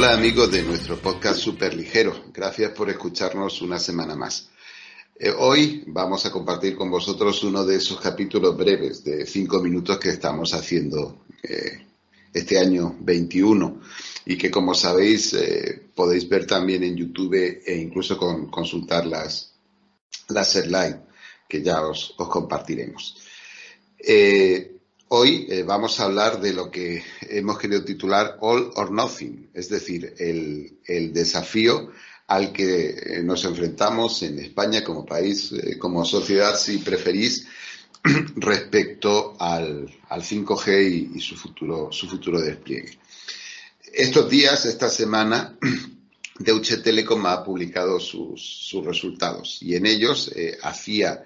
Hola amigos de nuestro podcast Super Ligero, gracias por escucharnos una semana más. Hoy vamos a compartir con vosotros uno de esos capítulos breves de 5 minutos que estamos haciendo este año 21 y que, como sabéis, podéis ver también en YouTube e incluso consultar las headlines que ya os compartiremos. Hoy vamos a hablar de lo que hemos querido titular All or Nothing, es decir, el desafío al que nos enfrentamos en España como país, como sociedad, si preferís, respecto al 5G y su futuro despliegue. Estos días, esta semana, Deutsche Telekom ha publicado sus resultados y en ellos hacía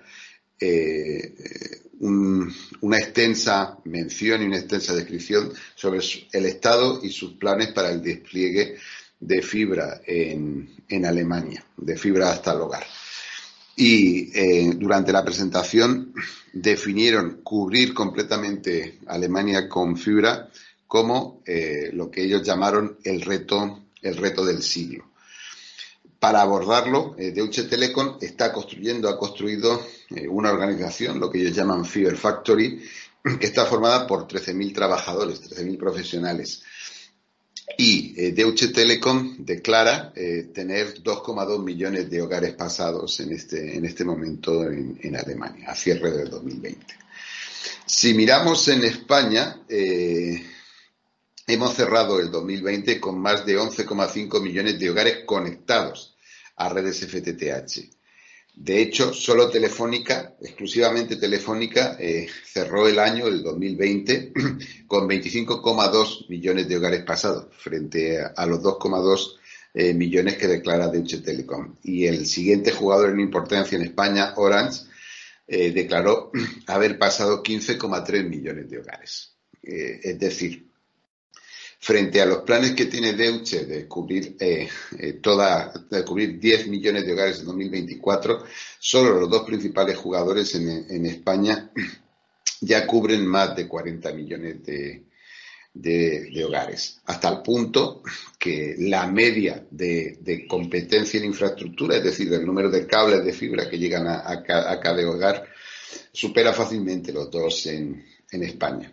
una extensa mención y una extensa descripción sobre el estado y sus planes para el despliegue de fibra en Alemania, de fibra hasta el hogar. Y durante la presentación definieron cubrir completamente Alemania con fibra como lo que ellos llamaron el reto del siglo. Para abordarlo, Deutsche Telekom ha construido una organización, lo que ellos llaman Fiber Factory, que está formada por 13.000 trabajadores, 13.000 profesionales. Y Deutsche Telekom declara tener 2,2 millones de hogares pasados en este momento en Alemania, a cierre del 2020. Si miramos en España, hemos cerrado el 2020 con más de 11,5 millones de hogares conectados a redes FTTH. De hecho, solo Telefónica, exclusivamente Telefónica, cerró el año, el 2020, con 25,2 millones de hogares pasados, frente a los 2,2 millones que declara Deutsche Telekom. Y el siguiente jugador en importancia en España, Orange, declaró haber pasado 15,3 millones de hogares. Es decir, frente a los planes que tiene Deutsche de cubrir 10 millones de hogares en 2024, solo los dos principales jugadores en España ya cubren más de 40 millones de hogares, hasta el punto que la media de competencia en infraestructura, es decir, del número de cables de fibra que llegan a cada hogar, supera fácilmente los dos en España.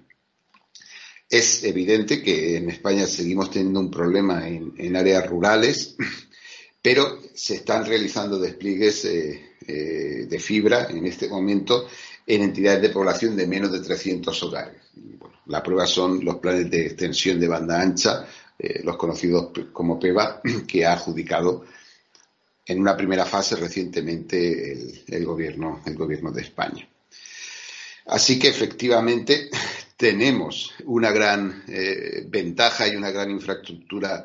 Es evidente que en España seguimos teniendo un problema en áreas rurales, pero se están realizando despliegues de fibra en este momento en entidades de población de menos de 300 hogares. Bueno, la prueba son los planes de extensión de banda ancha, los conocidos como PEBA, que ha adjudicado en una primera fase recientemente el gobierno de España. Así que efectivamente tenemos una gran ventaja y una gran infraestructura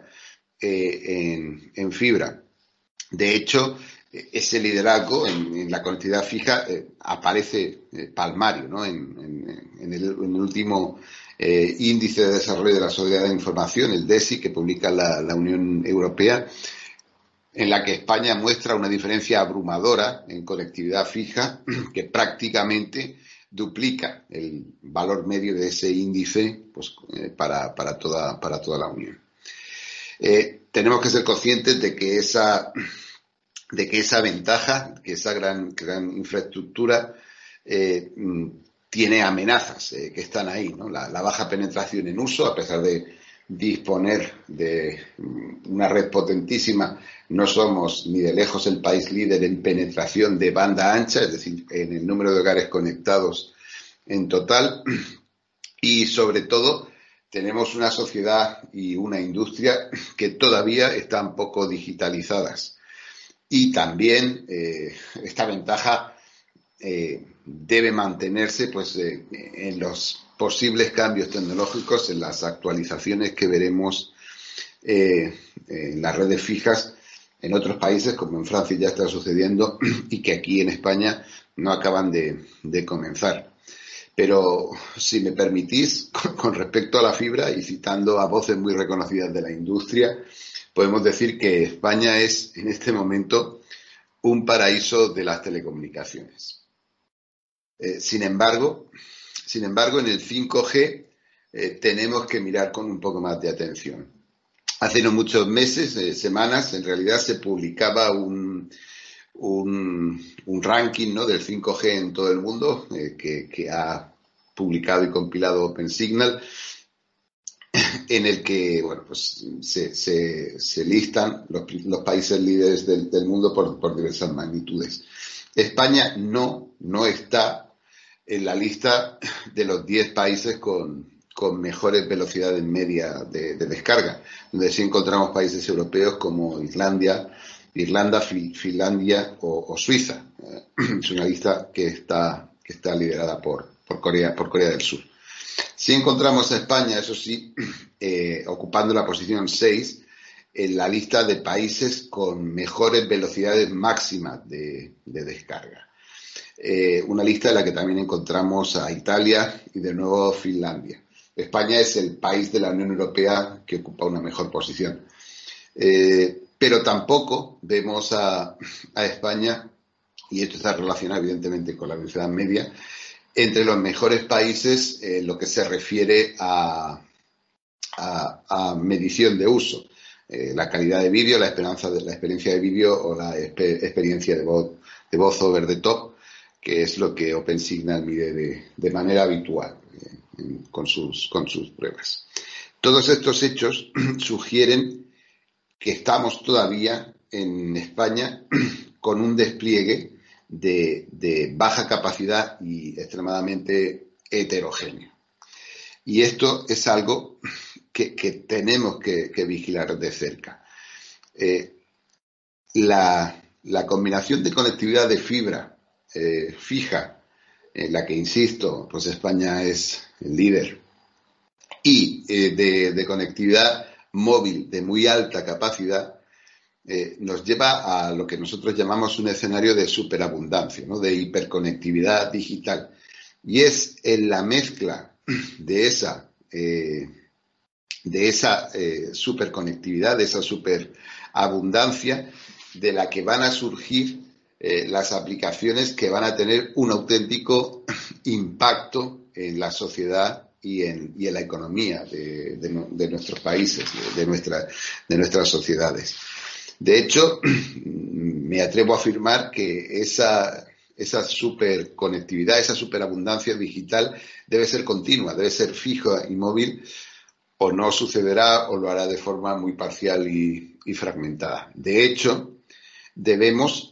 en fibra. De hecho, ese liderazgo en la conectividad fija aparece palmario, ¿no? En el último índice de desarrollo de la sociedad de información, el DESI, que publica la Unión Europea, en la que España muestra una diferencia abrumadora en conectividad fija que prácticamente duplica el valor medio de ese índice para toda la Unión. Tenemos que ser conscientes de que esa ventaja, que esa gran infraestructura tiene amenazas que están ahí, ¿no? La baja penetración en uso, a pesar de disponer de una red potentísima, no somos ni de lejos el país líder en penetración de banda ancha, es decir, en el número de hogares conectados en total, y sobre todo tenemos una sociedad y una industria que todavía están poco digitalizadas. Y también esta ventaja debe mantenerse en los posibles cambios tecnológicos, en las actualizaciones que veremos en las redes fijas en otros países, como en Francia ya está sucediendo y que aquí en España no acaban de comenzar. Pero si me permitís, con respecto a la fibra y citando a voces muy reconocidas de la industria, podemos decir que España es en este momento un paraíso de las telecomunicaciones. Sin embargo, en el 5G tenemos que mirar con un poco más de atención. Hace no muchos meses, semanas, en realidad se publicaba un ranking, ¿no?, del 5G en todo el mundo, que ha publicado y compilado OpenSignal, en el que, bueno, pues se listan los países líderes del mundo por diversas magnitudes. España no está en la lista de los 10 países con mejores velocidades media de descarga, donde sí encontramos países europeos como Irlanda, Finlandia o Suiza. Es una lista que está liderada por Corea del Sur. Sí encontramos a España, eso sí, ocupando la posición 6 en la lista de países con mejores velocidades máximas de descarga. Una lista en la que también encontramos a Italia y de nuevo Finlandia. España es el país de la Unión Europea que ocupa una mejor posición. Pero tampoco vemos a España, y esto está relacionado evidentemente con la velocidad media, entre los mejores países en lo que se refiere a medición de uso. La calidad de vídeo, la experiencia de vídeo o la experiencia de voz over the top, que es lo que OpenSignal mide de manera habitual con sus pruebas. Todos estos hechos sugieren que estamos todavía en España con un despliegue de baja capacidad y extremadamente heterogéneo. Y esto es algo que tenemos que vigilar de cerca. La combinación de conectividad de fibra fija, en la que, insisto, pues España es el líder, y de conectividad móvil de muy alta capacidad, nos lleva a lo que nosotros llamamos un escenario de superabundancia, ¿no?, de hiperconectividad digital. Y es en la mezcla de esa superconectividad, de esa superabundancia, de la que van a surgir las aplicaciones que van a tener un auténtico impacto en la sociedad y en la economía de nuestros países, de nuestras sociedades. De hecho, me atrevo a afirmar que esa superconectividad, esa superabundancia digital debe ser continua, debe ser fija y móvil, o no sucederá o lo hará de forma muy parcial y fragmentada. De hecho, debemos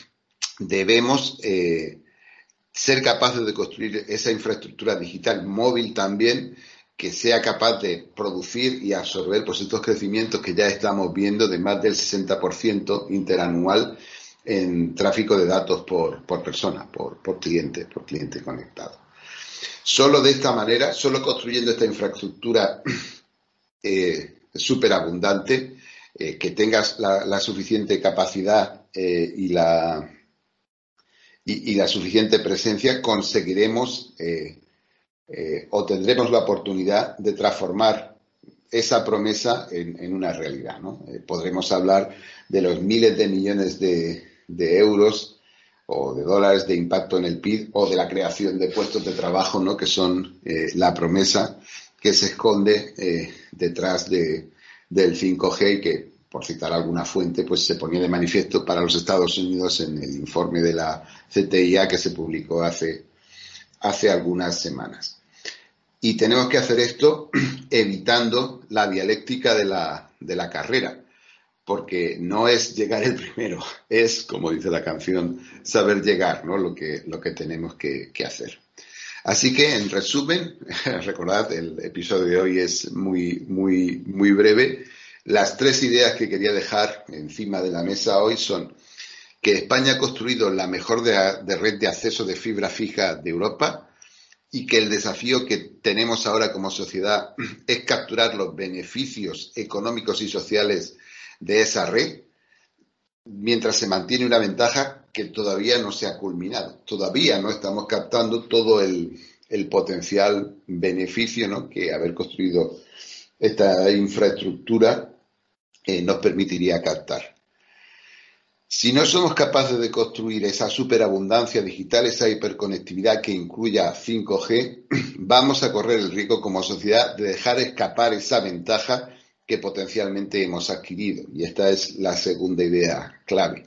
ser capaces de construir esa infraestructura digital móvil también, que sea capaz de producir y absorber pues estos crecimientos que ya estamos viendo de más del 60% interanual en tráfico de datos por persona, por cliente conectado. Solo de esta manera, solo construyendo esta infraestructura superabundante, que tengas la suficiente capacidad y la suficiente presencia, conseguiremos o tendremos la oportunidad de transformar esa promesa en una realidad, ¿no? Podremos hablar de los miles de millones de euros o de dólares de impacto en el PIB, o de la creación de puestos de trabajo, ¿no?, que son la promesa que se esconde detrás del 5G, y que, por citar alguna fuente, pues se ponía de manifiesto para los Estados Unidos en el informe de la CTIA que se publicó hace algunas semanas. Y tenemos que hacer esto evitando la dialéctica de la carrera, porque no es llegar el primero, es, como dice la canción, saber llegar, ¿no?, lo que tenemos que hacer. Así que, en resumen, recordad, el episodio de hoy es muy, muy, muy breve. Las 3 ideas que quería dejar encima de la mesa hoy son que España ha construido la mejor red de acceso de fibra fija de Europa, y que el desafío que tenemos ahora como sociedad es capturar los beneficios económicos y sociales de esa red, mientras se mantiene una ventaja que todavía no se ha culminado. Todavía no estamos captando todo el potencial beneficio, ¿no?, que haber construido esta infraestructura nos permitiría captar. Si no somos capaces de construir esa superabundancia digital, esa hiperconectividad que incluya 5G, vamos a correr el riesgo como sociedad de dejar escapar esa ventaja que potencialmente hemos adquirido. Y esta es la segunda idea clave.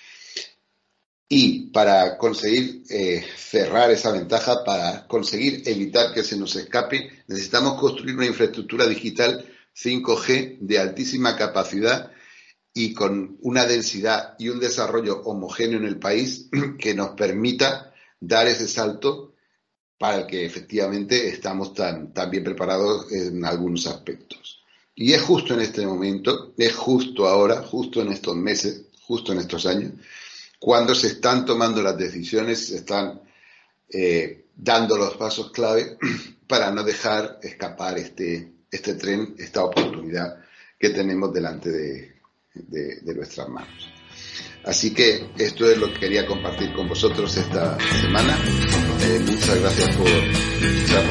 Y para conseguir cerrar esa ventaja, para conseguir evitar que se nos escape, necesitamos construir una infraestructura digital 5G de altísima capacidad y con una densidad y un desarrollo homogéneo en el país que nos permita dar ese salto para el que efectivamente estamos tan bien preparados en algunos aspectos. Y es justo en este momento, es justo ahora, justo en estos meses, justo en estos años, cuando se están tomando las decisiones, se están dando los pasos clave para no dejar escapar este tren, esta oportunidad que tenemos delante de nuestras manos. Así que esto es lo que quería compartir con vosotros esta semana. Muchas gracias por escucharnos.